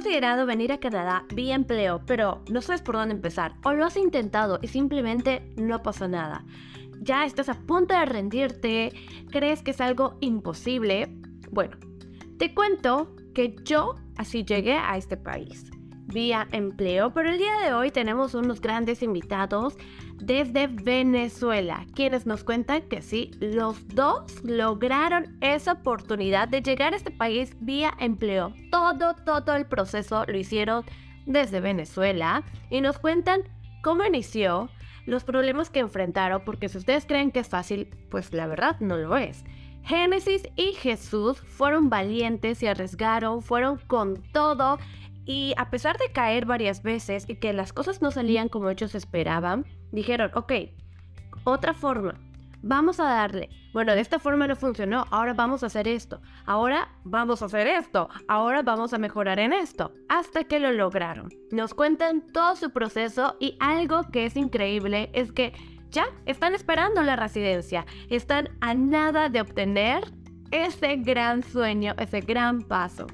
considerado venir a Canadá vía empleo, pero no sabes por dónde empezar, o lo has intentado y simplemente no pasa nada? Ya estás a punto de rendirte, crees que es algo imposible. Bueno, te cuento que yo así llegué a este país, vía empleo, pero el día de hoy tenemos unos grandes invitados desde Venezuela, quienes nos cuentan que sí, los dos lograron esa oportunidad de llegar a este país vía empleo. Todo el proceso lo hicieron desde Venezuela y nos cuentan cómo inició, los problemas que enfrentaron, porque si ustedes creen que es fácil, pues la verdad no lo es. Génesis y Jesús fueron valientes y arriesgaron, fueron con todo, y a pesar de caer varias veces y que las cosas no salían como ellos esperaban, dijeron, ok, otra forma, vamos a darle. Bueno, de esta forma no funcionó, ahora vamos a hacer esto, ahora vamos a hacer esto, ahora vamos a mejorar en esto, hasta que lo lograron. Nos cuentan todo su proceso y algo que es increíble es que ya están esperando la residencia, están a nada de obtener ese gran sueño, ese gran paso.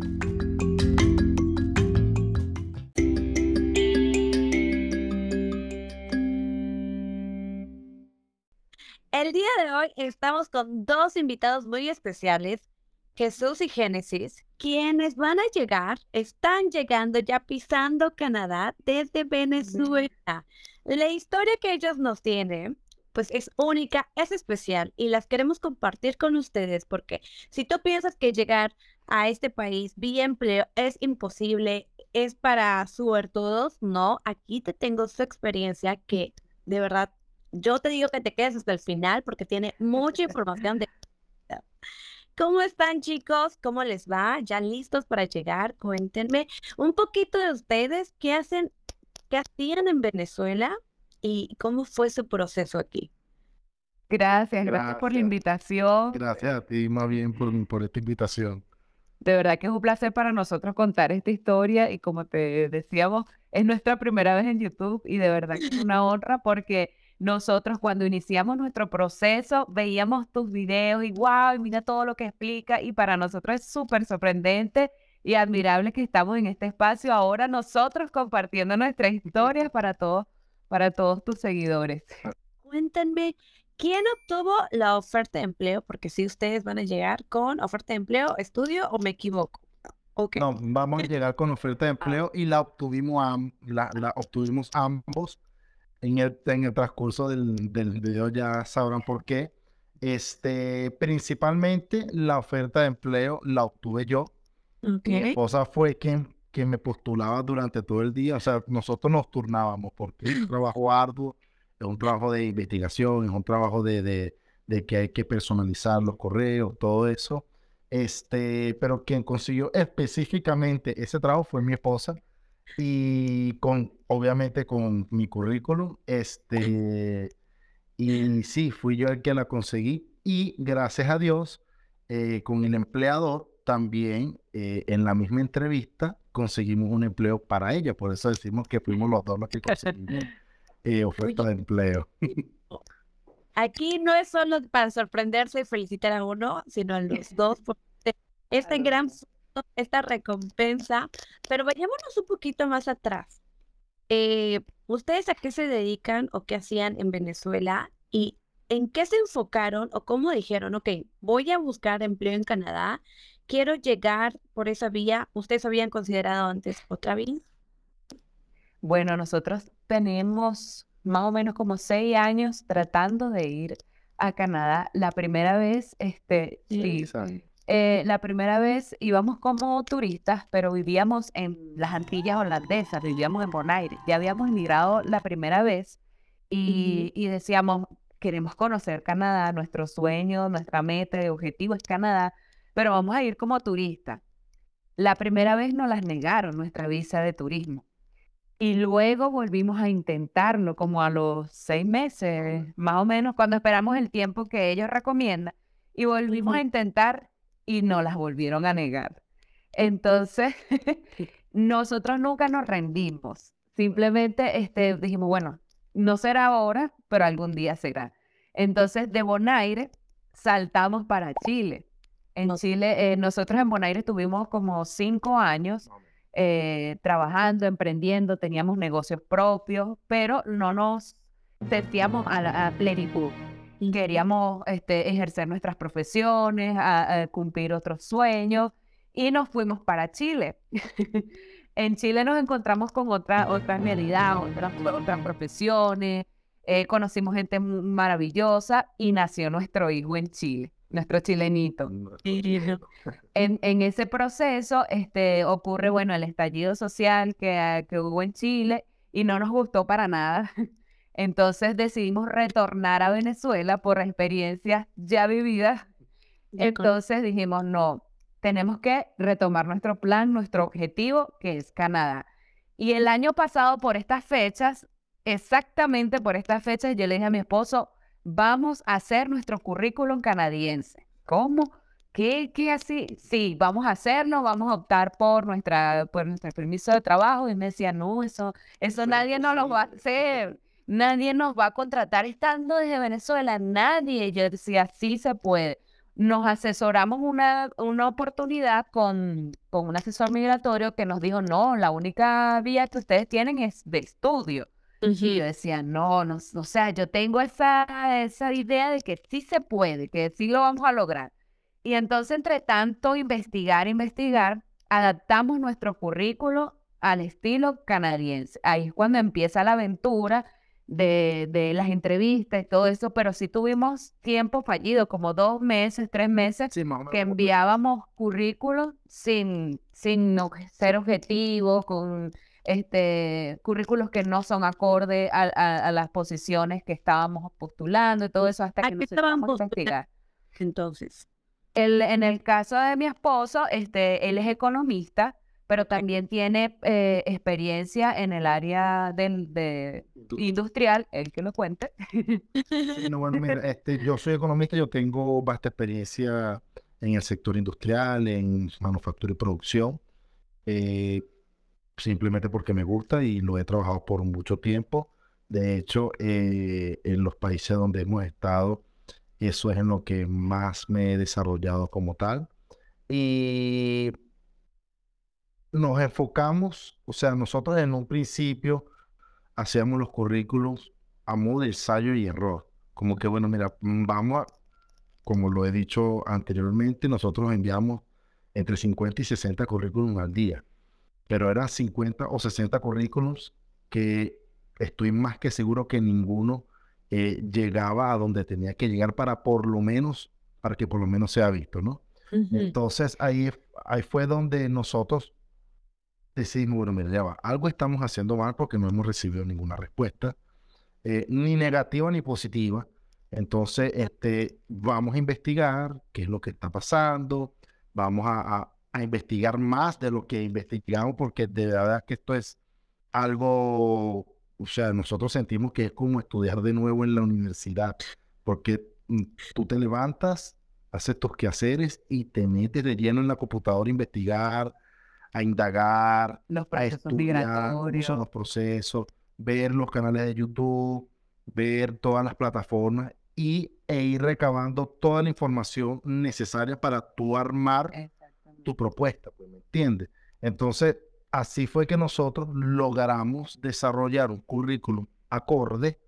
El día de hoy estamos con dos invitados muy especiales, Jesús y Génesis, quienes van a llegar, están llegando ya pisando Canadá desde Venezuela. La historia que ellos nos tienen, pues es única, es especial y las queremos compartir con ustedes porque si tú piensas que llegar a este país vía empleo es imposible, es para suertudos, no, aquí te tengo su experiencia que de verdad yo te digo que te quedes hasta el final porque tiene mucha información de... ¿Cómo están, chicos? ¿Cómo les va? ¿Ya listos para llegar? Cuéntenme un poquito de ustedes, ¿qué hacen, qué hacían en Venezuela y cómo fue su proceso aquí? Gracias por la invitación. Gracias a ti más bien por esta invitación. De verdad que es un placer para nosotros contar esta historia y como te decíamos, es nuestra primera vez en YouTube y de verdad que es una honra porque nosotros cuando iniciamos nuestro proceso veíamos tus videos y wow, mira todo lo que explica y para nosotros es súper sorprendente y admirable que estamos en este espacio ahora nosotros compartiendo nuestra historia para todos tus seguidores. Cuéntenme, ¿quién obtuvo la oferta de empleo? Porque si ustedes van a llegar con oferta de empleo, estudio o me equivoco. Ok. No, vamos a llegar con oferta de empleo y la obtuvimos ambos en el transcurso del video, ya sabrán por qué. Principalmente la oferta de empleo la obtuve yo. Mi esposa fue quien me postulaba durante todo el día. O sea, nosotros nos turnábamos porque es un trabajo arduo, es un trabajo de investigación, es un trabajo de que hay que personalizar los correos, todo eso. Pero quien consiguió específicamente ese trabajo fue mi esposa y obviamente con mi currículum, y sí, fui yo el que la conseguí y gracias a Dios, con el empleador también, en la misma entrevista conseguimos un empleo para ella, por eso decimos que fuimos los dos los que conseguimos oferta de empleo. Aquí no es solo para sorprenderse y felicitar a uno, sino a los dos por este gran, esta recompensa. Pero vayámonos un poquito más atrás. ¿Ustedes a qué se dedican o qué hacían en Venezuela? ¿Y en qué se enfocaron o cómo dijeron, ok, voy a buscar empleo en Canadá, quiero llegar por esa vía? ¿Ustedes habían considerado antes otra vía? Bueno, nosotros tenemos más o menos como 6 años tratando de ir a Canadá. La primera vez, sí, la primera vez íbamos como turistas, pero vivíamos en las Antillas Holandesas, vivíamos en Bonaire. Ya habíamos emigrado la primera vez y decíamos, queremos conocer Canadá, nuestro sueño, nuestra meta y objetivo es Canadá, pero vamos a ir como turistas. La primera vez nos las negaron nuestra visa de turismo. Y luego volvimos a intentarlo como a los 6 meses, más o menos, cuando esperamos el tiempo que ellos recomiendan. Y volvimos a intentar y nos las volvieron a negar. Entonces, nosotros nunca nos rendimos. Simplemente dijimos, bueno, no será ahora, pero algún día será. Entonces, de Bonaire saltamos para Chile. En Chile, nosotros en Bonaire tuvimos como 5 años. trabajando, emprendiendo, teníamos negocios propios, pero no nos sentíamos a plenitud. Queríamos ejercer nuestras profesiones, a cumplir otros sueños, y nos fuimos para Chile. En Chile nos encontramos con otras realidades, otras profesiones, conocimos gente maravillosa y nació nuestro hijo en Chile, nuestro chilenito. En ese proceso ocurre, bueno, el estallido social que hubo en Chile y no nos gustó para nada. Entonces decidimos retornar a Venezuela por experiencias ya vividas. Entonces dijimos, no, tenemos que retomar nuestro plan, nuestro objetivo, que es Canadá. Y el año pasado, por estas fechas, exactamente por estas fechas, yo le dije a mi esposo, vamos a hacer nuestro currículum canadiense. ¿Cómo? ¿Qué así? Sí, vamos a hacerlo, vamos a optar por nuestro permiso de trabajo. Y me decía, no, eso nadie nos lo va a hacer. Nadie nos va a contratar estando desde Venezuela, nadie. Yo decía, sí se puede. Nos asesoramos una oportunidad con un asesor migratorio que nos dijo, no, la única vía que ustedes tienen es de estudio. Y yo decía, no, o sea, yo tengo esa idea de que sí se puede, que sí lo vamos a lograr. Y entonces, entre tanto, investigar, adaptamos nuestro currículo al estilo canadiense. Ahí es cuando empieza la aventura de las entrevistas y todo eso, pero sí tuvimos tiempo fallido, como 2 meses, 3 meses, Sí, más o menos. que enviábamos currículos sin ser objetivos, con currículos que no son acorde a las posiciones que estábamos postulando y todo eso, hasta que nos empezamos a investigar. Entonces, En el caso de mi esposo, él es economista, pero también tiene experiencia en el área industrial, él que lo cuente. Sí, no, bueno, mira, yo soy economista, yo tengo vasta experiencia en el sector industrial, en manufactura y producción, eh, simplemente porque me gusta y lo he trabajado por mucho tiempo. De hecho, en los países donde hemos estado, eso es en lo que más me he desarrollado como tal. Y nos enfocamos, o sea, nosotros en un principio hacíamos los currículos a modo de ensayo y error. Como que, bueno, mira, vamos a, como lo he dicho anteriormente, nosotros enviamos entre 50 y 60 currículums al día, pero eran 50 o 60 currículums que estoy más que seguro que ninguno llegaba a donde tenía que llegar para que por lo menos sea visto, ¿no? Entonces ahí fue donde nosotros decidimos, bueno, mira, ya va, algo estamos haciendo mal porque no hemos recibido ninguna respuesta, ni negativa ni positiva. Entonces, vamos a investigar qué es lo que está pasando, vamos a investigar más de lo que investigamos, porque de verdad que esto es algo, o sea, nosotros sentimos que es como estudiar de nuevo en la universidad, porque tú te levantas, haces tus quehaceres y te metes de lleno en la computadora a investigar, a indagar, Los a procesos estudiar cómo son migratorios. los procesos, ver los canales de YouTube, ver todas las plataformas e ir recabando toda la información necesaria para tú armar tu propuesta, pues, ¿me entiendes? Entonces, así fue que nosotros logramos desarrollar un currículum acorde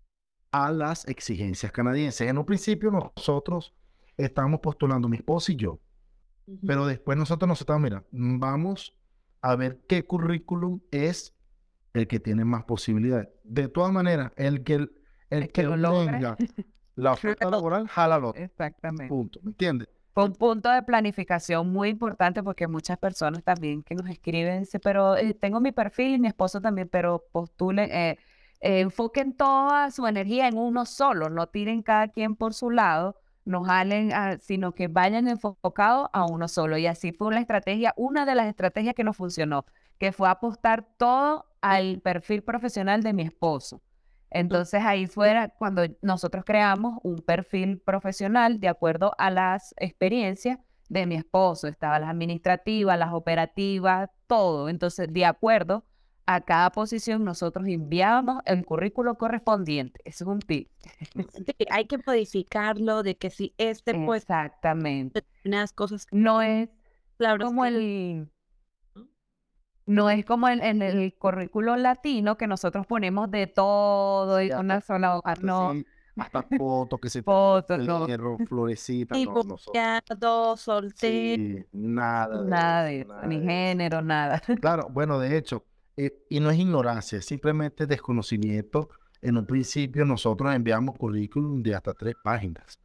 a las exigencias canadienses. En un principio nosotros estábamos postulando, mi esposa y yo, pero después nosotros estábamos, mira, vamos a ver qué currículum es el que tiene más posibilidades. De todas maneras, el que lo logre. tenga la oferta laboral, jálalo. Exactamente. Punto, ¿me entiendes? Fue un punto de planificación muy importante porque muchas personas también que nos escriben dicen, pero tengo mi perfil y mi esposo también, pero postulen, enfoquen toda su energía en uno solo, no tiren cada quien por su lado, no jalen, sino que vayan enfocados a uno solo. Y así fue una de las estrategias que nos funcionó, que fue apostar todo al perfil profesional de mi esposo. Entonces ahí fuera cuando nosotros creamos un perfil profesional de acuerdo a las experiencias de mi esposo. Estaban las administrativas, las operativas, todo. Entonces, de acuerdo a cada posición, nosotros enviábamos el currículo correspondiente. Eso es un tip. Sí, hay que modificarlo de que si pues Exactamente. determinadas cosas No es claro, como el... No es como en el currículum latino que nosotros ponemos de todo y una sola hoja. No, Sí, hasta fotos que se fotos, no, florecitas, no, nosotros. Divorciado, soltero. Sí, nada de nada eso, de eso, nada ni de eso. género, nada. Claro, bueno, de hecho, y no es ignorancia, es simplemente desconocimiento. En un principio nosotros enviamos currículum de hasta 3 páginas.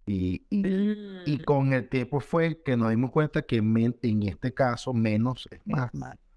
Y con el tiempo fue que nos dimos cuenta que en este caso menos es más.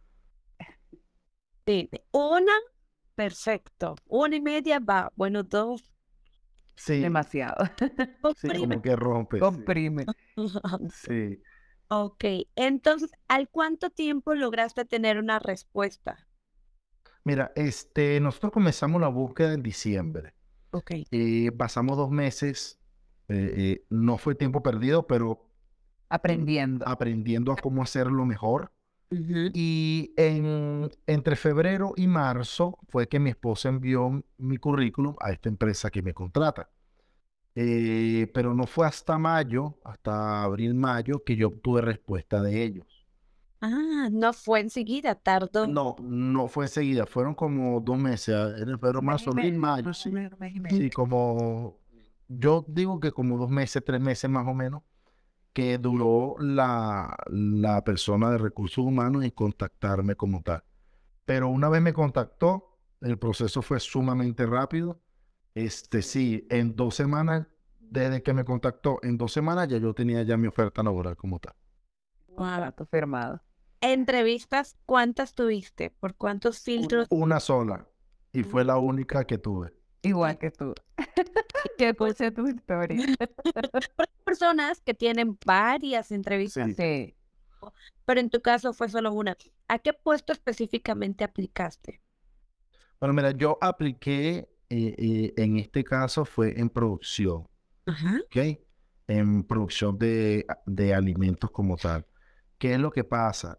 Sí, una, perfecto. 1 y media va. Bueno, 2. Sí, Demasiado. sí, como que rompe. Sí, Comprime. sí. Ok, entonces, ¿al cuánto tiempo lograste tener una respuesta? Mira, nosotros comenzamos la búsqueda en diciembre. Ok. Pasamos 2 meses, no fue tiempo perdido, pero Aprendiendo. aprendiendo a cómo hacerlo mejor. Y entre febrero y marzo fue que mi esposa envió mi currículum a esta empresa que me contrata. Pero no fue hasta mayo, hasta abril, mayo, que yo obtuve respuesta de ellos. Ah, no fue enseguida, tardó. No, no fue enseguida, fueron como 2 meses, en febrero, marzo, abril, mayo, sí. Sí, como, yo digo que como 2 meses, 3 meses más o menos, que duró la persona de recursos humanos en contactarme como tal. Pero una vez me contactó, el proceso fue sumamente rápido. Sí, en 2 semanas, desde que me contactó, en 2 semanas ya yo tenía ya mi oferta laboral como tal. Contrato firmado. ¿Entrevistas cuántas tuviste? ¿Por cuántos filtros? Una sola. Y fue la única que tuve. Igual que tú. Que puse tu historia. Hay personas que tienen varias entrevistas, Sí. Sí. pero en tu caso fue solo una. ¿A qué puesto específicamente aplicaste? Bueno, mira, yo apliqué, en este caso fue en producción, Ajá. ¿ok? En producción de alimentos como tal. ¿Qué es lo que pasa?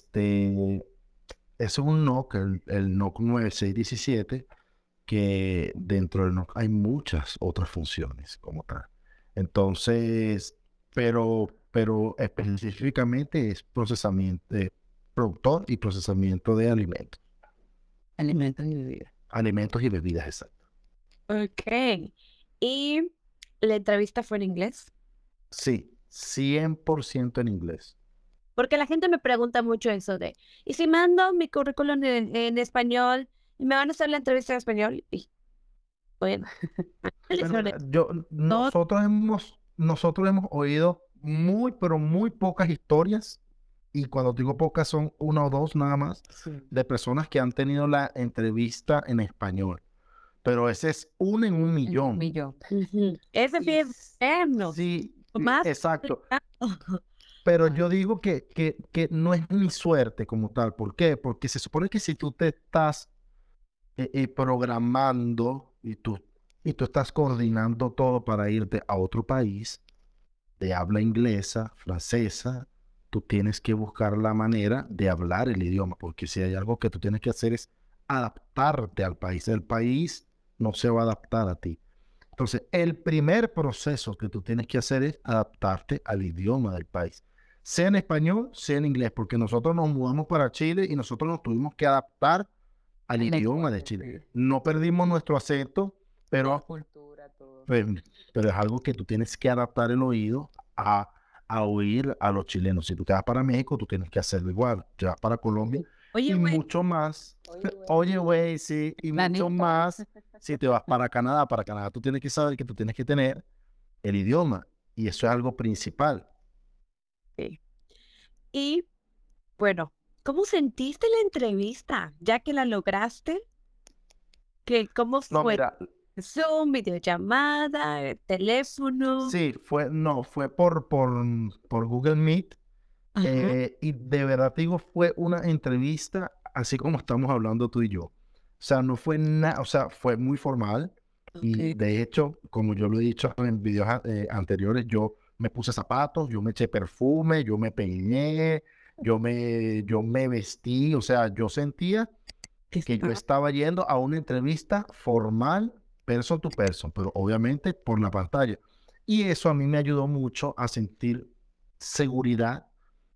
Es un NOC, el NOC 9617, que dentro del NOC hay muchas otras funciones como tal. Entonces, pero específicamente es procesamiento, productor y procesamiento de alimentos. Alimentos y bebidas. Alimentos y bebidas, exacto. Ok. ¿Y la entrevista fue en inglés? Sí, 100% en inglés. Porque la gente me pregunta mucho eso de, ¿y si mando mi currículum en español y me van a hacer la entrevista en español? Y bueno, Bueno, no, nosotros hemos oído muy, pero muy pocas historias, y cuando digo pocas son una o dos nada más, de personas que han tenido la entrevista en español. Pero ese es uno en un millón. ese Y bien externo. Sí, Más exacto. Pero yo digo que no es mi suerte como tal. ¿Por qué? Porque se supone que si tú te estás programando y tú estás coordinando todo para irte a otro país de habla inglesa, francesa, tú tienes que buscar la manera de hablar el idioma, porque si hay algo que tú tienes que hacer es adaptarte al país. El país no se va a adaptar a ti. Entonces, el primer proceso que tú tienes que hacer es adaptarte al idioma del país, sea en español, sea en inglés, porque nosotros nos mudamos para Chile y nosotros nos tuvimos que adaptar al idioma de Chile. No perdimos nuestro acento, pero, Cultura, todo. pero es algo que tú tienes que adaptar el oído a oír a los chilenos. Si tú te vas para México, tú tienes que hacerlo igual. Te vas para Colombia Oye, y güey, mucho más. Oye, güey, sí, y mucho más. Si te vas para Canadá tú tienes que saber que tú tienes que tener el idioma, y eso es algo principal. sí. Y bueno, ¿cómo sentiste la entrevista? Ya que la lograste, ¿cómo No, fue? mira, Zoom, videollamada, teléfono. sí, fue por Google Meet, Ajá. y de verdad te digo, fue una entrevista así como estamos hablando tú y yo. O sea, no fue nada, o sea, fue muy formal, y Ok. de hecho, como yo lo he dicho en videos anteriores, yo me puse zapatos, yo me eché perfume, yo me peiné, yo me vestí, o sea, yo sentía que yo estaba yendo a una entrevista formal, person to person, pero obviamente por la pantalla. Y eso a mí me ayudó mucho a sentir seguridad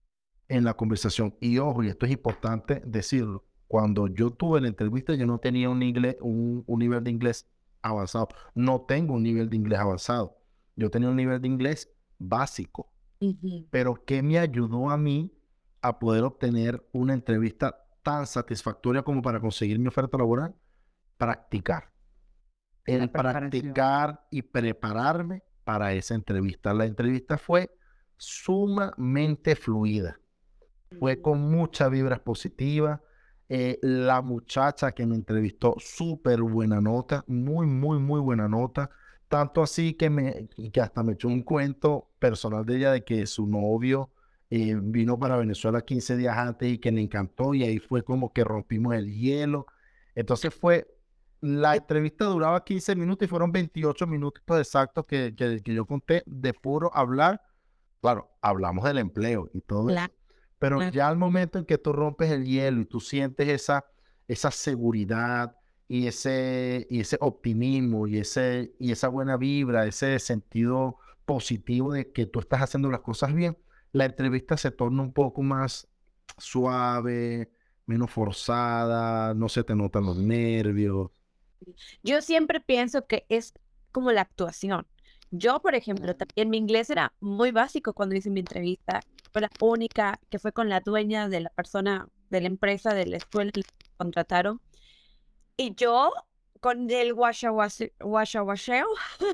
en la conversación. Y ojo, y esto es importante decirlo, cuando yo tuve la entrevista, yo no tenía un nivel de inglés avanzado. No tengo un nivel de inglés avanzado. Yo tenía un nivel de inglés básico. Pero ¿qué me ayudó a mí a poder obtener una entrevista tan satisfactoria como para conseguir mi oferta laboral? Practicar. El practicar y prepararme para esa entrevista. La entrevista fue sumamente fluida. Fue con muchas vibras positivas. La muchacha que me entrevistó, súper buena nota, muy, muy, muy buena nota. Tanto así que hasta me echó un cuento personal de ella de que su novio vino para Venezuela 15 días antes y que le encantó, y ahí fue como que rompimos el hielo. Entonces la entrevista duraba 15 minutos y fueron 28 minutos exactos que yo conté de puro hablar. Claro, hablamos del empleo y todo eso. Pero ya al momento en que tú rompes el hielo y tú sientes esa seguridad y ese optimismo y esa buena vibra, ese sentido positivo de que tú estás haciendo las cosas bien, la entrevista se torna un poco más suave, menos forzada, no se te notan los nervios. Yo siempre pienso que es como la actuación. Yo, por ejemplo, también mi inglés era muy básico cuando hice mi entrevista. Fue la única que fue con la dueña de la persona, de la empresa, de la escuela que contrataron. Y yo, con el washeo,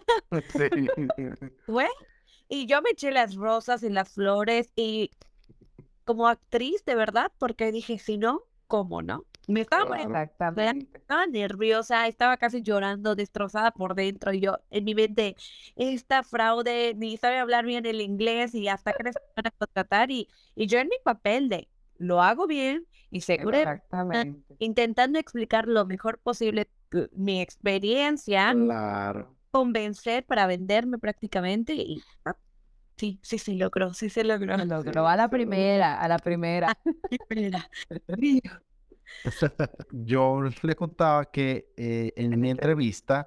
y yo me eché las rosas y las flores y como actriz, de verdad, porque dije, si no, ¿cómo no? Me estaba estaba nerviosa, estaba casi llorando, destrozada por dentro. Y yo, en mi mente, esta fraude ni sabe hablar bien el inglés y hasta que me van a contratar. Y yo en mi papel de lo hago bien y seguro intentando explicar lo mejor posible mi experiencia, convencer para venderme prácticamente. Y sí se logró, sí se logró. Se logró a la primera. Yo les contaba que en mi entrevista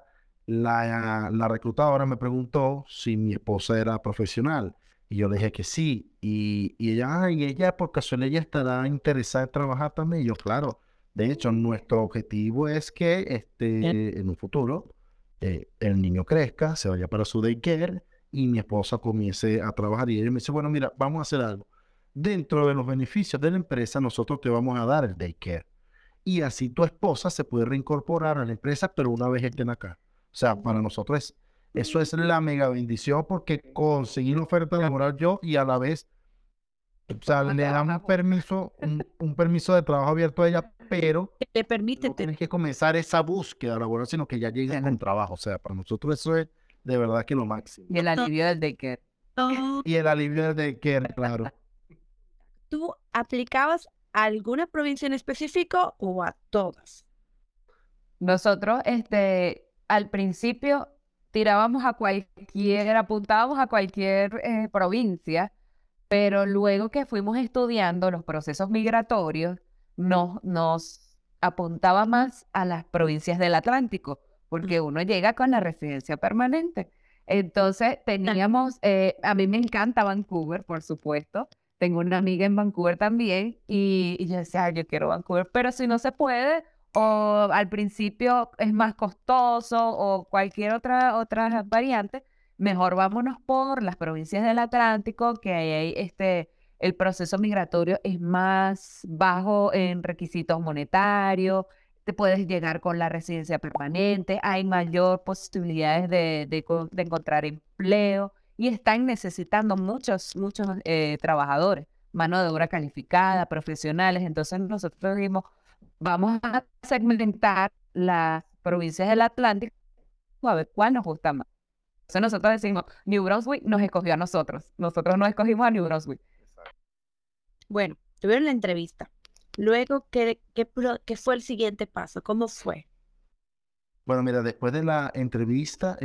la reclutadora me preguntó si mi esposa era profesional y yo le dije que sí, y ella por casualidad ella estará interesada en trabajar también. Y yo, claro, de hecho nuestro objetivo es que en un futuro el niño crezca, se vaya para su daycare y mi esposa comience a trabajar. Y ella me dice, bueno, mira, vamos a hacer algo. Dentro de los beneficios de la empresa, nosotros te vamos a dar el daycare. Y así tu esposa se puede reincorporar a la empresa, pero una vez estén acá. O sea, para nosotros eso es la mega bendición, porque conseguí la oferta laboral yo y a la vez, o sea, le damos un permiso de trabajo abierto a ella, pero te permite, no tienes que comenzar esa búsqueda laboral, sino que ya llegues con trabajo. O sea, para nosotros eso es de verdad que lo máximo. Y el alivio del daycare. Y el alivio del daycare, claro. ¿Tú aplicabas a alguna provincia en específico o a todas? Nosotros, al principio tirábamos apuntábamos a cualquier provincia, pero luego que fuimos estudiando los procesos migratorios, nos apuntaba más a las provincias del Atlántico, porque uno llega con la residencia permanente. Entonces teníamos, a mí me encanta Vancouver, por supuesto. Tengo una amiga en Vancouver también y yo decía, yo quiero Vancouver, pero si no se puede, o al principio es más costoso o cualquier otra variante, mejor vámonos por las provincias del Atlántico, que ahí hay el proceso migratorio es más bajo en requisitos monetarios, te puedes llegar con la residencia permanente, hay mayor posibilidades de encontrar empleo y están necesitando muchos trabajadores, mano de obra calificada, profesionales. Entonces nosotros dijimos, vamos a segmentar las provincias del Atlántico a ver cuál nos gusta más. Entonces nosotros decimos, New Brunswick nos escogió a nosotros no escogimos a New Brunswick. Bueno, tuvieron la entrevista. Luego, ¿qué fue el siguiente paso? ¿Cómo fue? Bueno, mira, después de la entrevista,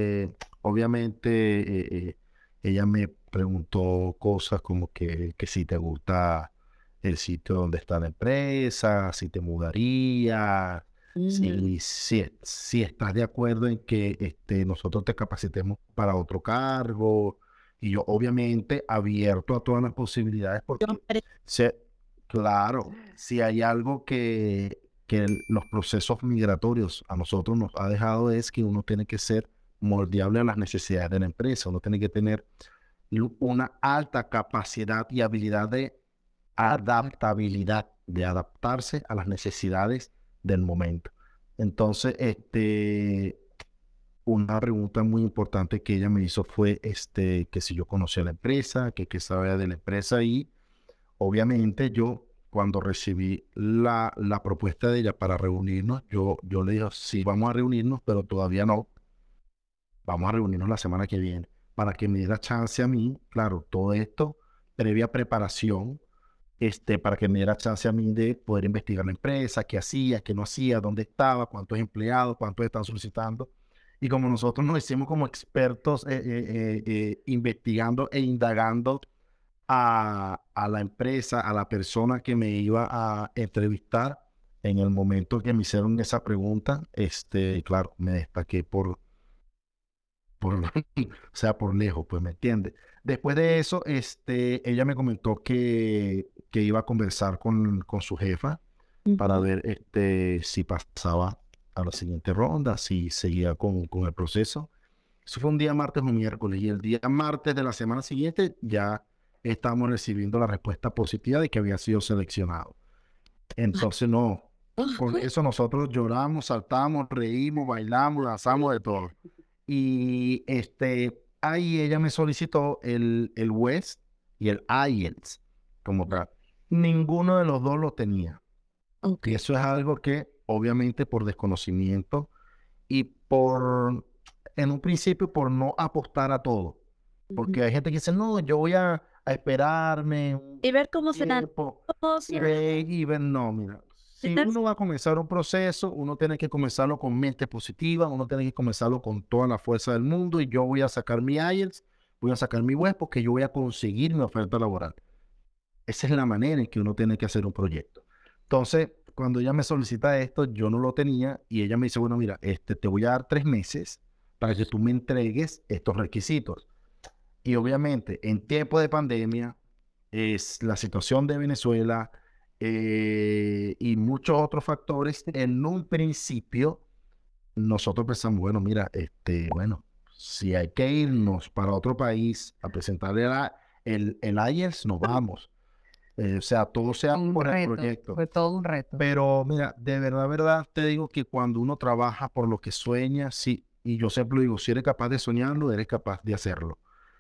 obviamente ella me preguntó cosas como que si te gusta el sitio donde está la empresa, si te mudarías, si estás de acuerdo en que nosotros te capacitemos para otro cargo, Y yo obviamente abierto a todas las posibilidades porque, claro, si hay algo que los procesos migratorios a nosotros nos ha dejado es que uno tiene que ser moldeable a las necesidades de la empresa, uno tiene que tener una alta capacidad y habilidad de adaptabilidad, de adaptarse a las necesidades del momento. Entonces, una pregunta muy importante que ella me hizo fue, que si yo conocía la empresa, que qué sabía de la empresa, y obviamente yo, cuando recibí la propuesta de ella para reunirnos, yo le dije, sí, vamos a reunirnos, pero todavía no. Vamos a reunirnos la semana que viene, para que me diera chance a mí, claro, todo esto, previa preparación, para que me diera chance a mí de poder investigar la empresa, qué hacía, qué no hacía, dónde estaba, cuántos empleados, cuántos están solicitando. Y como nosotros nos hicimos como expertos investigando e indagando a la empresa, a la persona que me iba a entrevistar, en el momento que me hicieron esa pregunta, claro, me destaqué o sea, por lejos, pues, ¿me entiendes? Después de eso, ella me comentó que iba a conversar con su jefa para ver si pasaba a la siguiente ronda, si seguía con el proceso. Eso fue un día martes o miércoles, y el día martes de la semana siguiente ya estábamos recibiendo la respuesta positiva de que había sido seleccionado. Entonces, no, con eso nosotros lloramos, saltamos, reímos, bailamos, danzamos, de todo. Y ahí ella me solicitó el WES y el IELTS como tal. Ninguno de los dos lo tenía. Y eso es algo que, obviamente, por desconocimiento y en un principio, por no apostar a todo. Porque hay gente que dice, no, yo voy a esperarme y ver cómo será. Y ver, no, mira. Si uno va a comenzar un proceso, uno tiene que comenzarlo con mente positiva, uno tiene que comenzarlo con toda la fuerza del mundo, y yo voy a sacar mi IELTS, voy a sacar mi WES, porque yo voy a conseguir mi oferta laboral. Esa es la manera en que uno tiene que hacer un proyecto. Entonces, cuando ella me solicita esto, yo no lo tenía, y ella me dice, bueno, mira, te voy a dar 3 meses para que tú me entregues estos requisitos. Y obviamente, en tiempo de pandemia, es la situación de Venezuela, y muchos otros factores. En un principio, nosotros pensamos, bueno, mira, bueno, si hay que irnos para otro país a presentarle el IELTS, nos vamos. O sea, todo sea por el proyecto. Fue todo un reto. Pero mira, de verdad, te digo que cuando uno trabaja por lo que sueña, sí, y yo siempre lo digo, si eres capaz de soñarlo, eres capaz de hacerlo.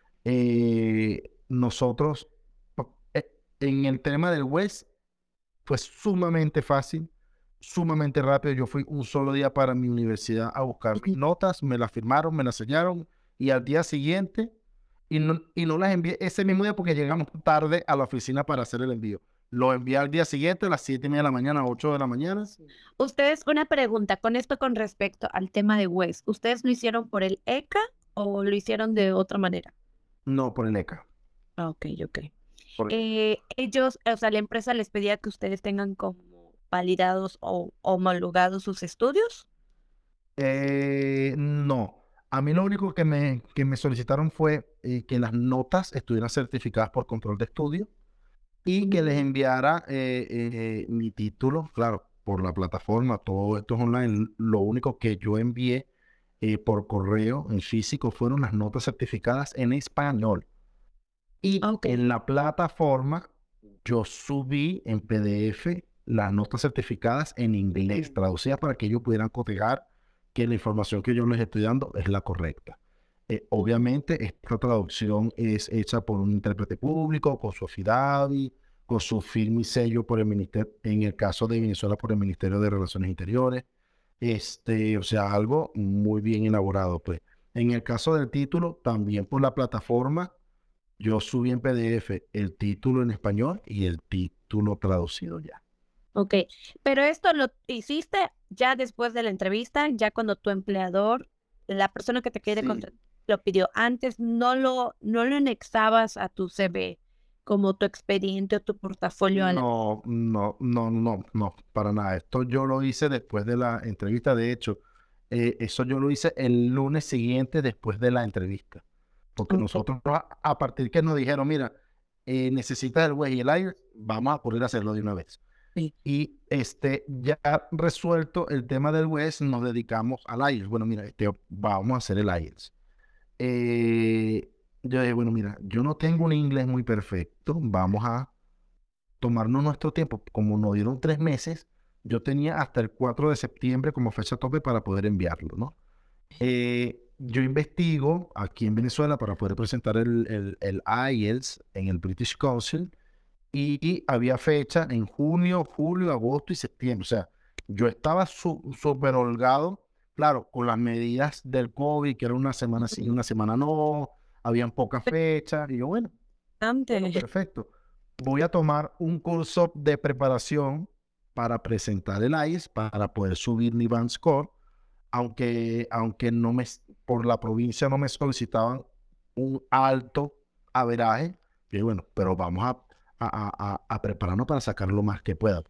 Nosotros, en el tema del WES, fue sumamente fácil, sumamente rápido. Yo fui un solo día para mi universidad a buscar mis notas, me las firmaron, me las sellaron, y al día siguiente, y no las envié ese mismo día porque llegamos tarde a la oficina para hacer el envío. Lo envié al día siguiente a las 7:30 de la mañana, 8 de la mañana. Ustedes, una pregunta con respecto al tema de WES. ¿Ustedes lo hicieron por el ECA o lo hicieron de otra manera? No, por el ECA. Ok. Ellos, o sea, la empresa les pedía que ustedes tengan como validados o homologados sus estudios. No. A mí lo único que me solicitaron fue que las notas estuvieran certificadas por control de estudio, y que les enviara mi título, claro, por la plataforma. Todo esto es online. Lo único que yo envié por correo en físico fueron las notas certificadas en español. Y en la plataforma yo subí en PDF las notas certificadas en inglés, traducidas para que ellos pudieran cotejar que la información que yo les estoy dando es la correcta. Obviamente, esta traducción es hecha por un intérprete público, con su affidavit, con su firma y sello por el ministerio, en el caso de Venezuela, por el Ministerio de Relaciones Interiores. O sea, algo muy bien elaborado, pues. En el caso del título, también por la plataforma, yo subí en PDF el título en español y el título traducido ya. Ok, pero esto lo hiciste ya después de la entrevista, ya cuando tu empleador, la persona que te quiere contratar, lo pidió. Antes no lo anexabas a tu CV como tu expediente o tu portafolio. No, para nada. Esto yo lo hice después de la entrevista. De hecho, eso yo lo hice el lunes siguiente después de la entrevista. Porque nosotros, a partir que nos dijeron, mira, necesitas el WES y el IELTS, vamos a poder hacerlo de una vez. Sí. Y ya resuelto el tema del WES, nos dedicamos al IELTS. Bueno, mira, vamos a hacer el IELTS. Yo dije, bueno, mira, yo no tengo un inglés muy perfecto, vamos a tomarnos nuestro tiempo. Como nos dieron 3 meses, yo tenía hasta el 4 de septiembre como fecha tope para poder enviarlo, ¿no? Yo investigo aquí en Venezuela para poder presentar el IELTS en el British Council y había fecha en junio, julio, agosto y septiembre. O sea, yo estaba súper holgado, claro, con las medidas del COVID, que era una semana sí, una semana no, habían pocas fechas. Y yo, bueno, perfecto. Voy a tomar un curso de preparación para presentar el IELTS, para poder subir mi band score, aunque no por la provincia no me solicitaban un alto averaje. Y bueno, pero vamos a prepararnos para sacar lo más que pueda.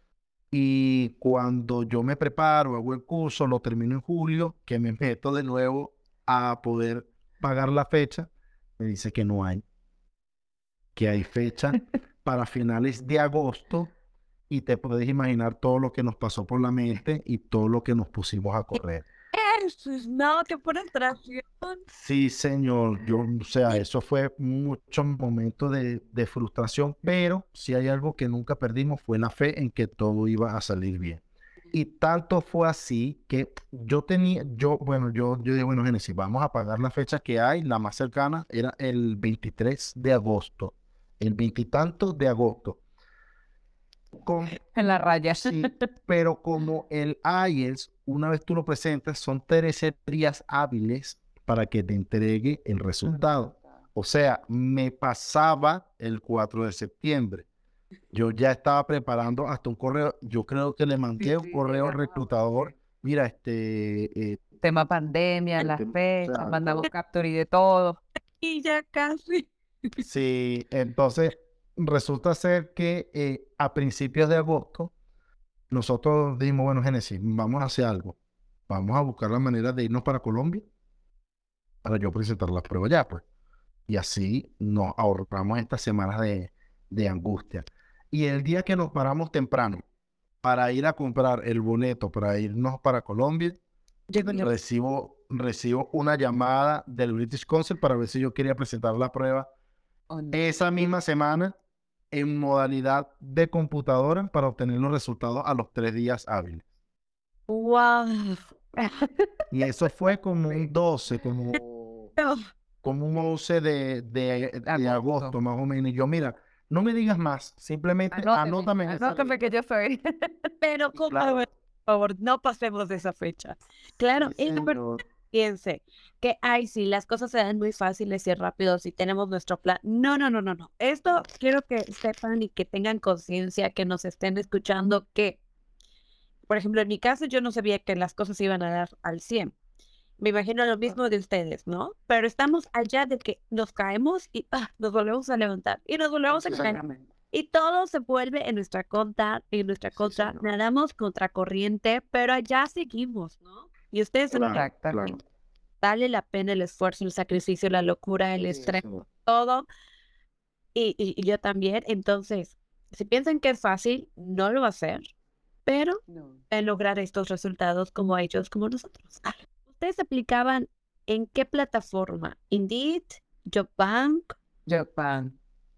Y cuando yo me preparo, hago el curso, lo termino en julio, que me meto de nuevo a poder pagar la fecha, me dice que no hay, que hay fecha para finales de agosto, y te puedes imaginar todo lo que nos pasó por la mente y todo lo que nos pusimos a correr. No, qué frustración. Sí, señor. O sea, eso fue muchos momentos de frustración, pero si hay algo que nunca perdimos fue la fe en que todo iba a salir bien. Y tanto fue así que yo dije, bueno, Génesis, vamos a pagar la fecha que hay, la más cercana era el 23 de agosto, el veintitantos de agosto. En la raya. Sí, pero como el IELTS, una vez tú lo presentas, son 13 días hábiles para que te entregue el resultado. O sea, me pasaba el 4 de septiembre. Yo ya estaba preparando hasta un correo. Yo creo que le mandé un correo al reclutador. Mira, tema pandemia, las fechas, mandamos capture y de todo. Y ya casi. Sí, entonces resulta ser que a principios de agosto nosotros dijimos, bueno, Génesis, vamos a hacer algo. Vamos a buscar la manera de irnos para Colombia para yo presentar la prueba ya, pues. Y así nos ahorramos estas semanas de angustia. Y el día que nos paramos temprano para ir a comprar el boleto para irnos para Colombia, recibo una llamada del British Council para ver si yo quería presentar la prueba esa misma semana en modalidad de computadora para obtener los resultados a los 3 días hábiles. ¡Wow! Y eso fue como un 12, como un 11 de agosto, más o menos. Y yo, mira, no me digas más, simplemente anótame. Anótame que yo soy. Pero, claro. por favor, no pasemos de esa fecha. Claro, Sí, piense que, sí, las cosas se dan muy fáciles y rápidos y tenemos nuestro plan. No. Esto quiero que sepan y que tengan conciencia, que nos estén escuchando, que, por ejemplo, en mi caso, yo no sabía que las cosas iban a dar al 100. Me imagino lo mismo de ustedes, ¿no? Pero estamos allá de que nos caemos y nos volvemos a levantar y nos volvemos a caer. Y todo se vuelve en nuestra contra, nadamos contra corriente, pero allá seguimos, ¿no? Y ustedes claro. Vale la pena el esfuerzo, el sacrificio, la locura, el estrés, todo. Y yo también. Entonces, si piensan que es fácil, no lo va a hacer, pero en lograr estos resultados como ellos, como nosotros. ¿Ustedes aplicaban en qué plataforma? ¿Indeed? ¿JobBank? JobBank.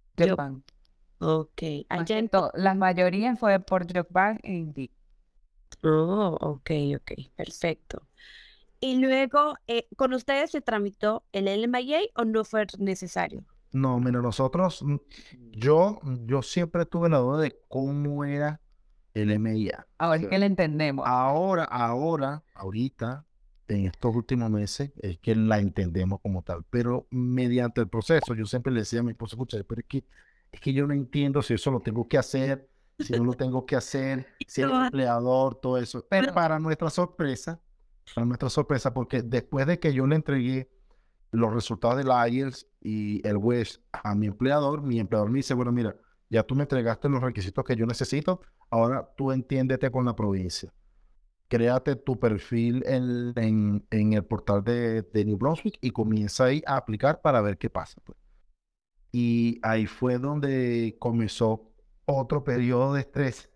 Ok. La mayoría fue por JobBank e Indeed. Oh, ok. Perfecto. Y luego, ¿con ustedes se tramitó el LMIA o no fue necesario? No, mira, yo siempre tuve la duda de cómo era el MIA. Ahora es que lo entendemos. Ahorita, en estos últimos meses, es que la entendemos como tal. Pero mediante el proceso, yo siempre le decía a mi esposa, escucha, pero es que yo no entiendo si eso lo tengo que hacer, si no lo tengo que hacer, si el empleador, todo eso. Pero para nuestra sorpresa, porque después de que yo le entregué los resultados del IELTS y el WES a mi empleador me dice, bueno, mira, ya tú me entregaste los requisitos que yo necesito, ahora tú entiéndete con la provincia. créate tu perfil en el portal de New Brunswick y comienza ahí a aplicar para ver qué pasa, pues. Y ahí fue donde comenzó otro periodo de estrés,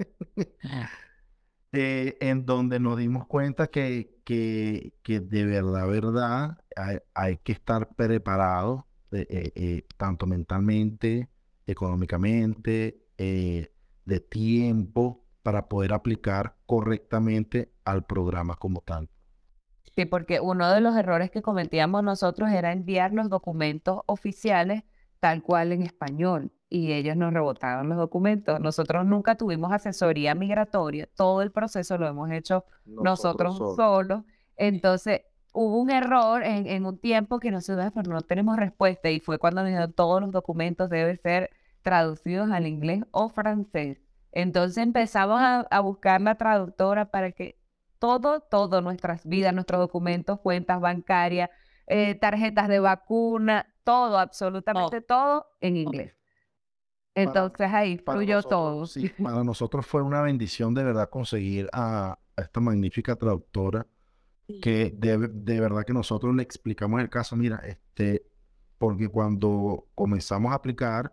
en donde nos dimos cuenta que de verdad, hay que estar preparado, tanto mentalmente, económicamente, de tiempo, para poder aplicar correctamente al programa como tal. Sí, porque uno de los errores que cometíamos nosotros era enviar los documentos oficiales tal cual en español y ellos nos rebotaban los documentos. Nosotros nunca tuvimos asesoría migratoria, todo el proceso lo hemos hecho nosotros solos. Entonces, hubo un error en un tiempo que nosotros pero no tenemos respuesta y fue cuando nos dijeron todos los documentos deben ser traducidos al inglés o francés. Entonces empezamos a buscar la traductora para que todo, nuestras vidas, nuestros documentos, cuentas bancarias, tarjetas de vacuna, todo, absolutamente todo en inglés. Entonces ahí fluyó todo. Sí, para nosotros fue una bendición de verdad conseguir a esta magnífica traductora, que de verdad que nosotros le explicamos el caso, mira, porque cuando comenzamos a aplicar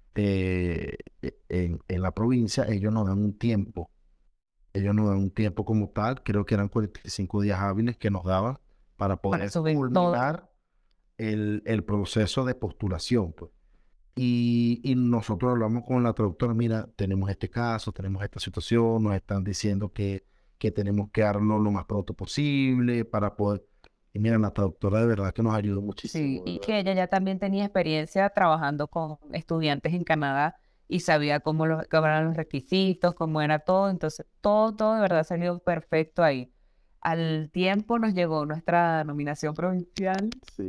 en la provincia, ellos nos dan un tiempo. Ellos nos dan un tiempo como tal, creo que eran 45 días hábiles que nos daban para poder culminar el proceso de postulación, pues. Y nosotros hablamos con la traductora, mira, tenemos este caso, tenemos esta situación, nos están diciendo que tenemos que darlo lo más pronto posible para poder... Y mira, la traductora de verdad que nos ayudó muchísimo. Sí, y que ella ya también tenía experiencia trabajando con estudiantes en Canadá y sabía cómo eran los requisitos, cómo era todo. Entonces, todo de verdad salió perfecto ahí. Al tiempo nos llegó nuestra nominación provincial. Sí.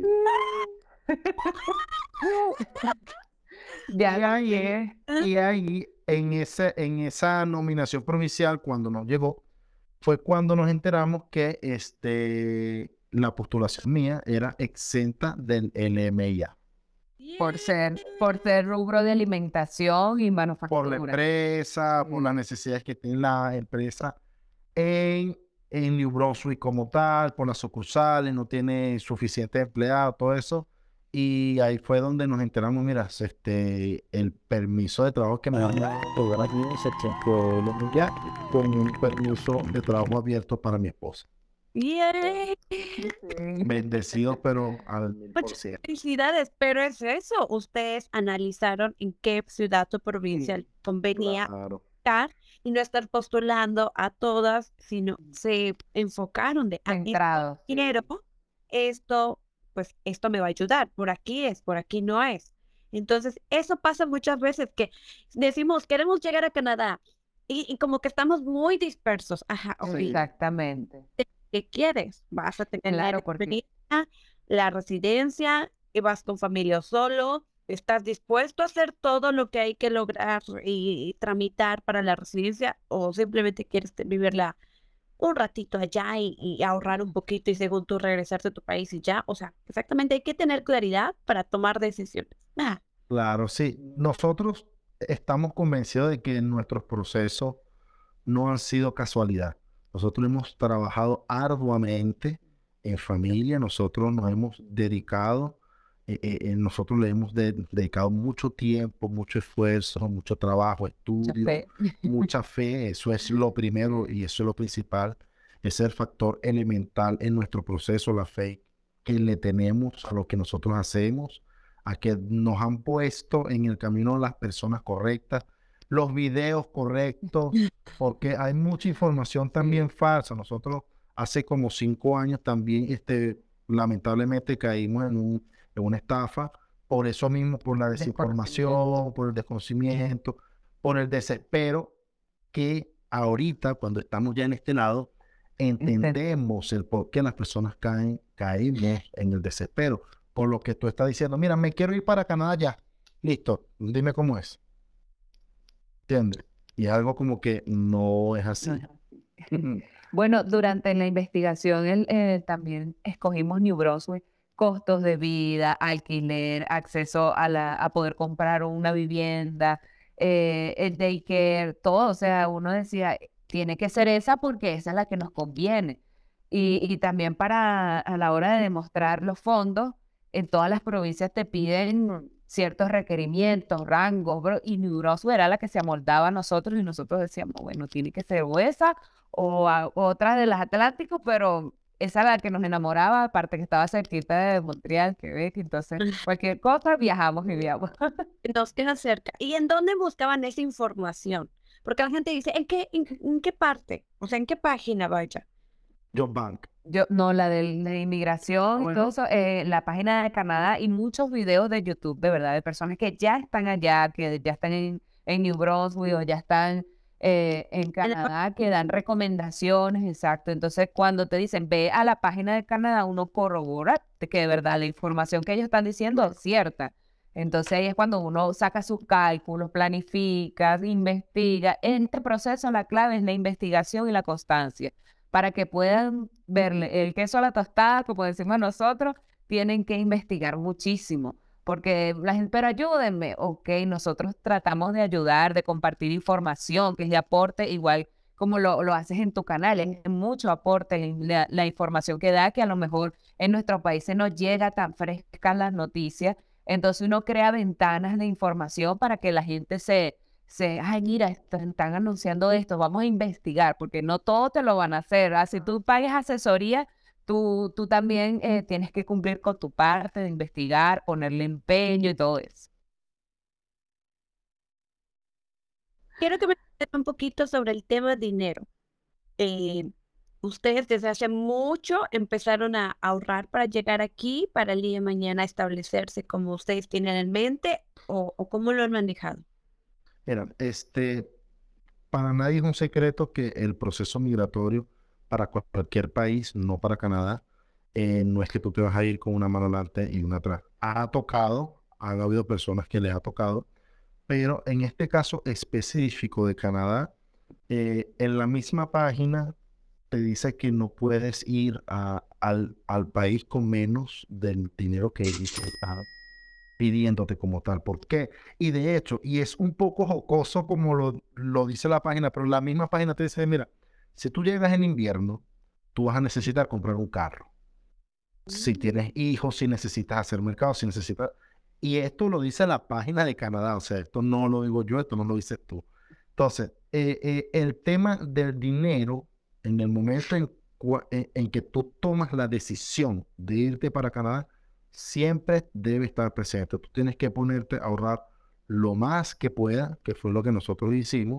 Y ahí, en esa nominación provincial, cuando nos llegó, fue cuando nos enteramos que la postulación mía era exenta del LMIA. Por ser rubro de alimentación y manufactura. Por la empresa, por las necesidades que tiene la empresa en New Brunswick como tal, por las sucursales, no tiene suficiente empleado, todo eso. Y ahí fue donde nos enteramos, mira, el permiso de trabajo que me van a otorgar aquí en Colombia, con un permiso de trabajo abierto para mi esposa. Bendecido, pero al 1000%. Felicidades, pero es eso. Ustedes analizaron en qué ciudad o provincia convenía estar y no estar postulando a todas, sino se enfocaron de entrado. Dinero, esto, pues esto me va a ayudar. Por aquí no es. Entonces, eso pasa muchas veces que decimos, queremos llegar a Canadá y como que estamos muy dispersos. Ajá, okay. Exactamente. ¿Qué quieres? Vas a tener la residencia y vas con familia o solo. ¿Estás dispuesto a hacer todo lo que hay que lograr y tramitar para la residencia o simplemente quieres vivirla un ratito allá y ahorrar un poquito y según tú regresarte a tu país y ya? O sea, exactamente hay que tener claridad para tomar decisiones. Claro, sí. Nosotros estamos convencidos de que nuestros procesos no han sido casualidad. Nosotros hemos trabajado arduamente en familia, nosotros nos hemos dedicado, nosotros le hemos dedicado mucho tiempo, mucho esfuerzo, mucho trabajo, estudio, mucha fe. Eso es lo primero y eso es lo principal. Es el factor elemental en nuestro proceso, la fe que le tenemos a lo que nosotros hacemos, a que nos han puesto en el camino las personas correctas, los videos correctos, porque hay mucha información también falsa. Nosotros hace como 5 años también lamentablemente caímos en una estafa, por eso mismo, por la desinformación, por el desconocimiento, por el desespero, que ahorita cuando estamos ya en este lado, entendemos el por qué las personas caemos en el desespero. Por lo que tú estás diciendo, mira, me quiero ir para Canadá ya. Listo, dime cómo es. ¿Entiendes? Y es algo como que no es así. Bueno, durante la investigación también escogimos New Brunswick, costos de vida, alquiler, acceso a poder comprar una vivienda, el daycare, todo. O sea, uno decía, tiene que ser esa porque esa es la que nos conviene. Y también a la hora de demostrar los fondos, en todas las provincias te piden ciertos requerimientos, rangos, y New Brunswick era la que se amoldaba a nosotros y nosotros decíamos, bueno, tiene que ser o esa o otra de las Atlánticos, pero esa era la que nos enamoraba, aparte que estaba cerquita de Montreal, Quebec, entonces cualquier cosa viajamos y viajamos. Nos queda cerca. ¿Y en dónde buscaban esa información? Porque la gente dice, ¿en qué parte? O sea, ¿en qué página vaya? Job Bank. No, la de inmigración y todo eso, la página de Canadá y muchos videos de YouTube, de verdad, de personas que ya están allá, que ya están en New Brunswick o ya están en Canadá, que dan recomendaciones, exacto. Entonces, cuando te dicen, ve a la página de Canadá, uno corrobora que de verdad la información que ellos están diciendo es cierta. Entonces, ahí es cuando uno saca sus cálculos, planifica, investiga. En este proceso, la clave es la investigación y la constancia. Para que puedan verle el queso a la tostada, como decimos nosotros, tienen que investigar muchísimo. Porque la gente, pero ayúdenme, ok, nosotros tratamos de ayudar, de compartir información que es de aporte, igual como lo haces en tu canal, es mucho aporte la información que da, que a lo mejor en nuestros países no llega tan frescas las noticias, entonces uno crea ventanas de información para que la gente ay, mira, están anunciando esto, vamos a investigar, porque no todo te lo van a hacer. Si tú pagues asesoría, tú también tienes que cumplir con tu parte de investigar, ponerle empeño y todo eso. Quiero que me cuentes un poquito sobre el tema dinero. Ustedes desde hace mucho empezaron a ahorrar para llegar aquí, para el día de mañana establecerse como ustedes tienen en mente, o cómo lo han manejado. Mira, para nadie es un secreto que el proceso migratorio para cualquier país, no para Canadá, no es que tú te vas a ir con una mano adelante y una atrás. Han habido personas que les ha tocado, pero en este caso específico de Canadá, en la misma página te dice que no puedes ir al país con menos del dinero que ellos están pidiéndote como tal. ¿Por qué? Y de hecho, y es un poco jocoso como lo dice la página, pero la misma página te dice, mira, si tú llegas en invierno, tú vas a necesitar comprar un carro. Si tienes hijos, si necesitas hacer mercado, si necesitas... Y esto lo dice la página de Canadá, o sea, esto no lo digo yo, esto no lo dices tú. Entonces, el tema del dinero, en el momento en que tú tomas la decisión de irte para Canadá, siempre debe estar presente. Tú tienes que ponerte a ahorrar lo más que pueda, que fue lo que nosotros hicimos.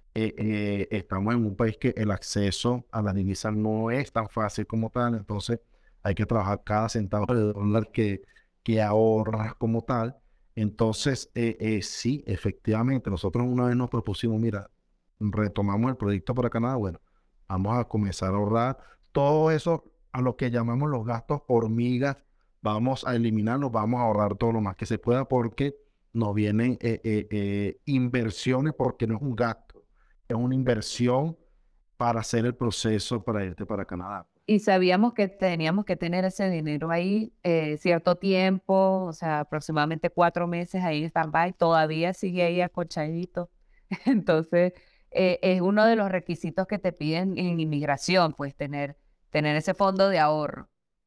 Estamos en un país que el acceso a la divisa no es tan fácil como tal, entonces hay que trabajar cada centavo de dólar que ahorras como tal. Entonces, sí, efectivamente, nosotros una vez nos propusimos, mira, retomamos el proyecto para Canadá, bueno, vamos a comenzar a ahorrar todo eso a lo que llamamos los gastos hormigas, vamos a eliminarlos, vamos a ahorrar todo lo más que se pueda porque nos vienen inversiones, porque no es un gasto, es una inversión para hacer el proceso para irte para Canadá. Y sabíamos que teníamos que tener ese dinero ahí cierto tiempo, o sea, aproximadamente 4 meses ahí en stand-by, todavía sigue ahí acolchadito. Entonces, es uno de los requisitos que te piden en inmigración, pues tener ese fondo de ahorro.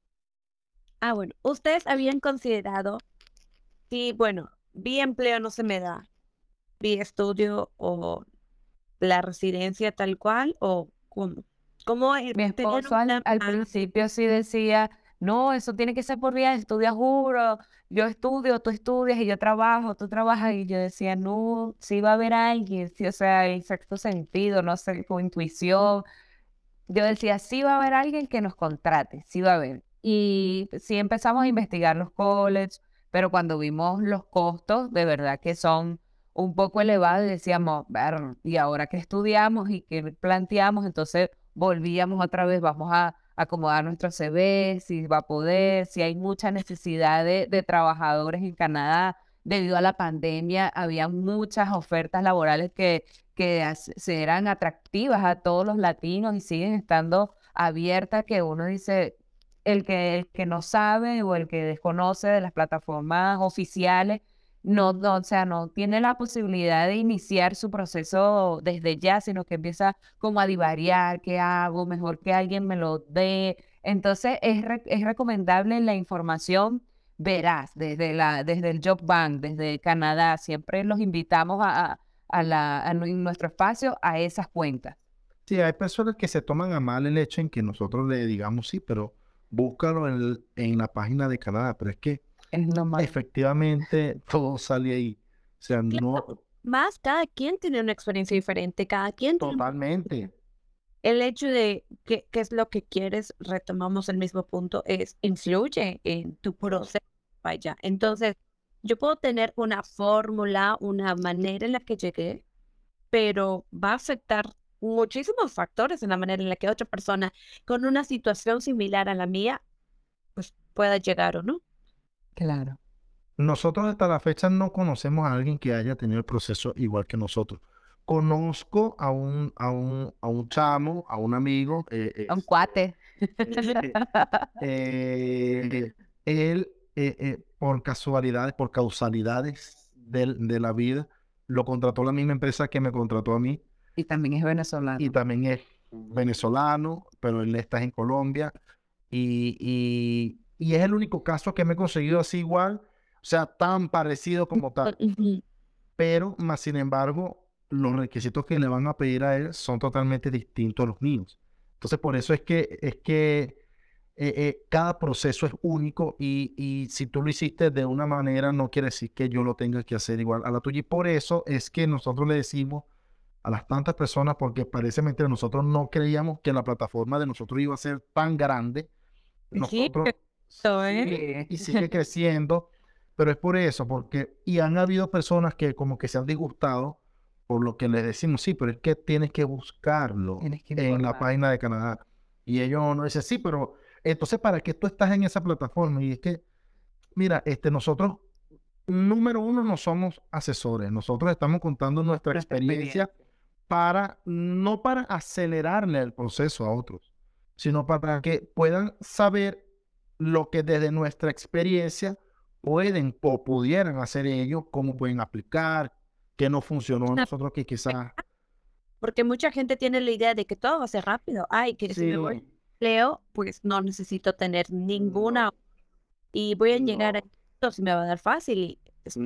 Bueno, ustedes habían considerado, sí, bueno, vi empleo no se me da, vi estudio o la residencia tal cual, o cómo. Mi esposo al principio sí decía, no, eso tiene que ser por vía de estudio, juro, yo estudio, tú estudias y yo trabajo, tú trabajas, y yo decía, no, sí va a haber alguien, sí, o sea, el sexto sentido, no sé, con intuición. Yo decía, sí va a haber alguien que nos contrate, sí va a haber. Y sí empezamos a investigar los colleges, pero cuando vimos los costos, de verdad que son un poco elevados, decíamos, ver, ¿y ahora qué estudiamos y qué planteamos? Entonces volvíamos otra vez, vamos a acomodar nuestro CV, si va a poder, si hay mucha necesidad de trabajadores en Canadá. Debido a la pandemia, había muchas ofertas laborales que se eran atractivas a todos los latinos y siguen estando abiertas, que uno dice, el que no sabe o el que desconoce de las plataformas oficiales, o sea, no tiene la posibilidad de iniciar su proceso desde ya, sino que empieza como a divariar, ¿qué hago? Mejor que alguien me lo dé. Entonces, es recomendable la información veraz desde el Job Bank, desde Canadá. Siempre los invitamos en nuestro espacio a esas cuentas. Sí, hay personas que se toman a mal el hecho en que nosotros le digamos sí, pero búscalo en la página de Canadá, pero es que efectivamente todo sale ahí. O sea, no. Más, cada quien tiene una experiencia diferente, cada quien Totalmente. El hecho de qué es lo que quieres, retomamos el mismo punto, influye en tu proceso. Vaya. Entonces, yo puedo tener una fórmula, una manera en la que llegué, pero va a afectar muchísimos factores en la manera en la que otra persona con una situación similar a la mía, pues pueda llegar o no. Claro. Nosotros hasta la fecha no conocemos a alguien que haya tenido el proceso igual que nosotros. Conozco a un chamo, a un amigo. A un cuate. Él, por casualidades, por causalidades de la vida, lo contrató la misma empresa que me contrató a mí. Y también es venezolano. Y también es venezolano, pero él está en Colombia. Y es el único caso que me he conseguido así igual, o sea, tan parecido como tal. Pero, más sin embargo, los requisitos que le van a pedir a él son totalmente distintos a los míos. Entonces, por eso es que cada proceso es único y si tú lo hiciste de una manera, no quiere decir que yo lo tenga que hacer igual a la tuya. Y por eso es que nosotros le decimos a las tantas personas, porque parece mentira, nosotros no creíamos que la plataforma de nosotros iba a ser tan grande. Nosotros, y sigue creciendo, pero es por eso, y han habido personas que como que se han disgustado por lo que les decimos, sí, pero es que tienes que buscarlo en la página de Canadá. Y ellos nos dicen, sí, pero entonces, ¿para qué tú estás en esa plataforma? Y es que, mira, nosotros, número uno, no somos asesores, nosotros estamos contando nuestra experiencia no para acelerarle el proceso a otros, sino para que puedan saber lo que desde nuestra experiencia pueden o pudieran hacer ellos, cómo pueden aplicar, qué no funcionó a nosotros que quizás... Porque mucha gente tiene la idea de que todo va a ser rápido. Ay, que si me voy empleo, pues no necesito tener ninguna... Y voy a llegar a esto, si me va a dar fácil. Y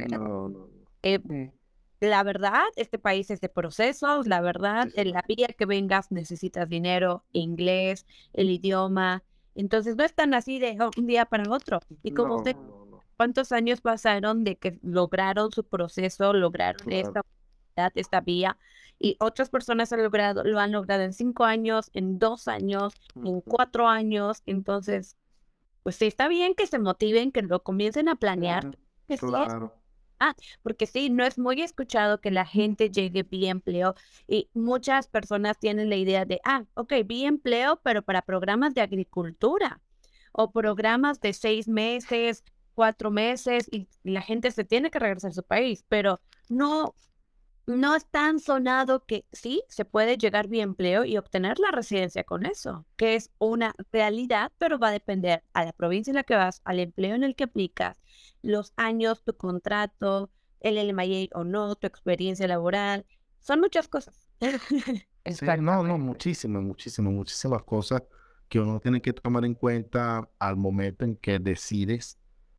la verdad, este país es de procesos, la verdad, en la vía que vengas necesitas dinero, inglés, el idioma. Entonces no es tan así de un día para otro. Y como usted, ¿cuántos años pasaron de que lograron su proceso, lograron esta vía? Y otras personas lo han logrado en 5 años, en 2 años, en 4 años. Entonces, pues sí, está bien que se motiven, que lo comiencen a planear. Claro. Porque sí, no es muy escuchado que la gente llegue vía empleo y muchas personas tienen la idea de, ok, vía empleo, pero para programas de agricultura o programas de 6 meses, 4 meses y la gente se tiene que regresar a su país, pero no es tan sonado que sí, se puede llegar vía empleo y obtener la residencia con eso, que es una realidad, pero va a depender a la provincia en la que vas, al empleo en el que aplicas, los años, tu contrato, el LMIA o no, tu experiencia laboral, son muchas cosas. Sí, muchísimas cosas que uno tiene que tomar en cuenta al momento en que decides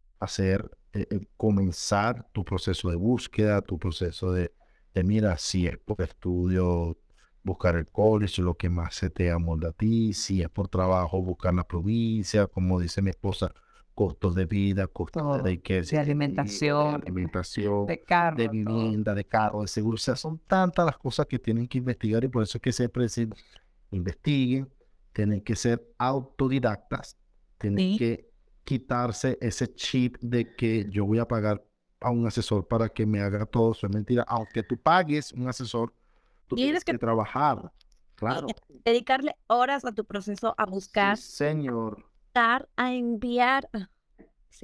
comenzar tu proceso de búsqueda, tu proceso de mira, si es por estudio, buscar el college, lo que más se te amolda a ti, si es por trabajo, buscar la provincia, como dice mi esposa, costos de vida, costos de alimentación, de carro, de vivienda, de carro, de seguro. O sea, son tantas las cosas que tienen que investigar y por eso es que siempre decimos, investiguen, tienen que ser autodidactas, tienen que quitarse ese chip de que yo voy a pagar a un asesor para que me haga todo. Eso es mentira. Aunque tú pagues un asesor, tú tienes que trabajar. Claro. Dedicarle horas a tu proceso, a buscar. Sí, señor. A enviar. Sí.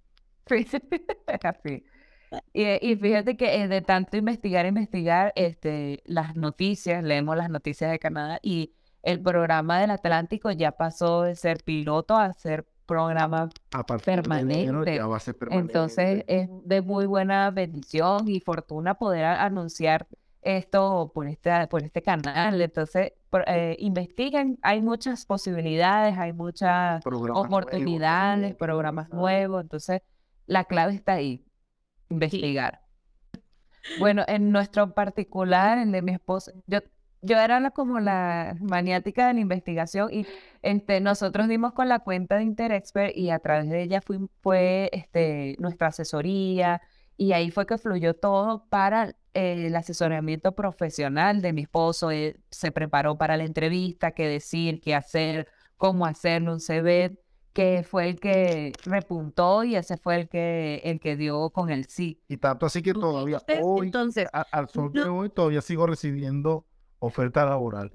Y fíjate que de tanto investigar, las noticias, leemos las noticias de Canadá y el programa del Atlántico ya pasó de ser piloto a ser programa permanente. Entonces es de muy buena bendición y fortuna poder anunciar esto por este canal. Entonces investiguen, hay muchas posibilidades, hay muchas oportunidades, programas nuevos. Entonces la clave está ahí, investigar. Bueno, en nuestro particular, el de mi esposo, yo era como la maniática de la investigación y nosotros dimos con la cuenta de Interexpert y a través de ella fue nuestra asesoría y ahí fue que fluyó todo para el asesoramiento profesional de mi esposo. Él se preparó para la entrevista, qué decir, qué hacer, cómo hacerle un CV, que fue el que repuntó y ese fue el que dio con el sí. Y tanto así que todavía hoy, entonces, al sol de hoy, todavía sigo recibiendo oferta laboral.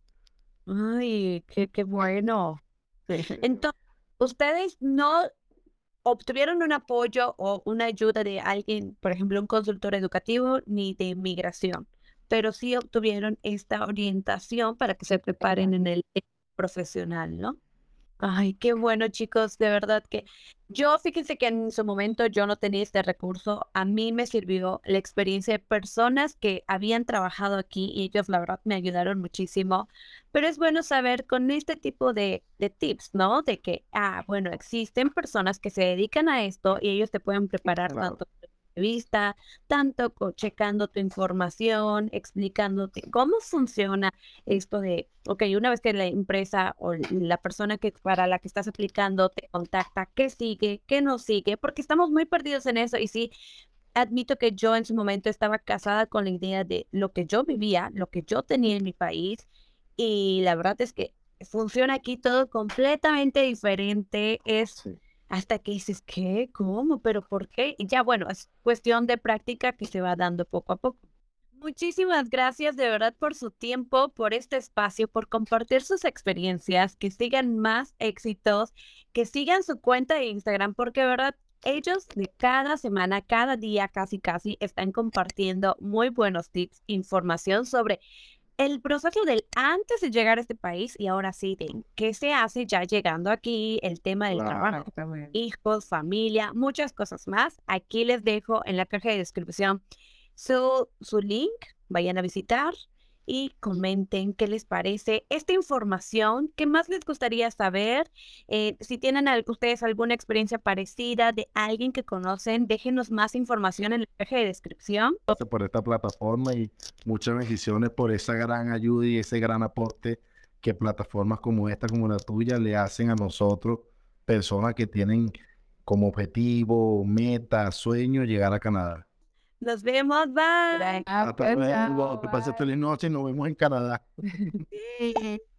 Ay, qué bueno. Entonces, ustedes no obtuvieron un apoyo o una ayuda de alguien, por ejemplo, un consultor educativo, ni de inmigración, pero sí obtuvieron esta orientación para que se preparen en el profesional, ¿no? Ay, qué bueno, chicos, de verdad que fíjense que en su momento yo no tenía este recurso. A mí me sirvió la experiencia de personas que habían trabajado aquí y ellos, la verdad, me ayudaron muchísimo. Pero es bueno saber con este tipo de tips, ¿no? De que, bueno, existen personas que se dedican a esto y ellos te pueden preparar tanto entrevista, tanto checando tu información, explicándote cómo funciona esto de, ok, una vez que la empresa o la persona para la que estás aplicando te contacta, qué sigue, qué no sigue, porque estamos muy perdidos en eso y sí. Admito que yo en su momento estaba casada con la idea de lo que yo vivía, lo que yo tenía en mi país, y la verdad es que funciona aquí todo completamente diferente. Hasta que dices, ¿qué? ¿Cómo? ¿Pero por qué? Y ya, bueno, es cuestión de práctica que se va dando poco a poco. Muchísimas gracias de verdad por su tiempo, por este espacio, por compartir sus experiencias, que sigan más éxitos, que sigan su cuenta de Instagram, porque de verdad ellos de cada semana, cada día casi están compartiendo muy buenos tips, información sobre el proceso del antes de llegar a este país y ahora sí, de qué se hace ya llegando aquí, el tema del trabajo, hijos, familia, muchas cosas más. Aquí les dejo en la caja de descripción su link, vayan a visitar y comenten qué les parece esta información, qué más les gustaría saber. Si tienen ustedes alguna experiencia parecida de alguien que conocen, déjenos más información en la caja de descripción. Por esta plataforma y muchas bendiciones por esa gran ayuda y ese gran aporte que plataformas como esta, como la tuya, le hacen a nosotros, personas que tienen como objetivo, meta, sueño, llegar a Canadá. Nos vemos, bye. Hasta luego, que pase feliz noche y nos vemos en Canadá. Sí.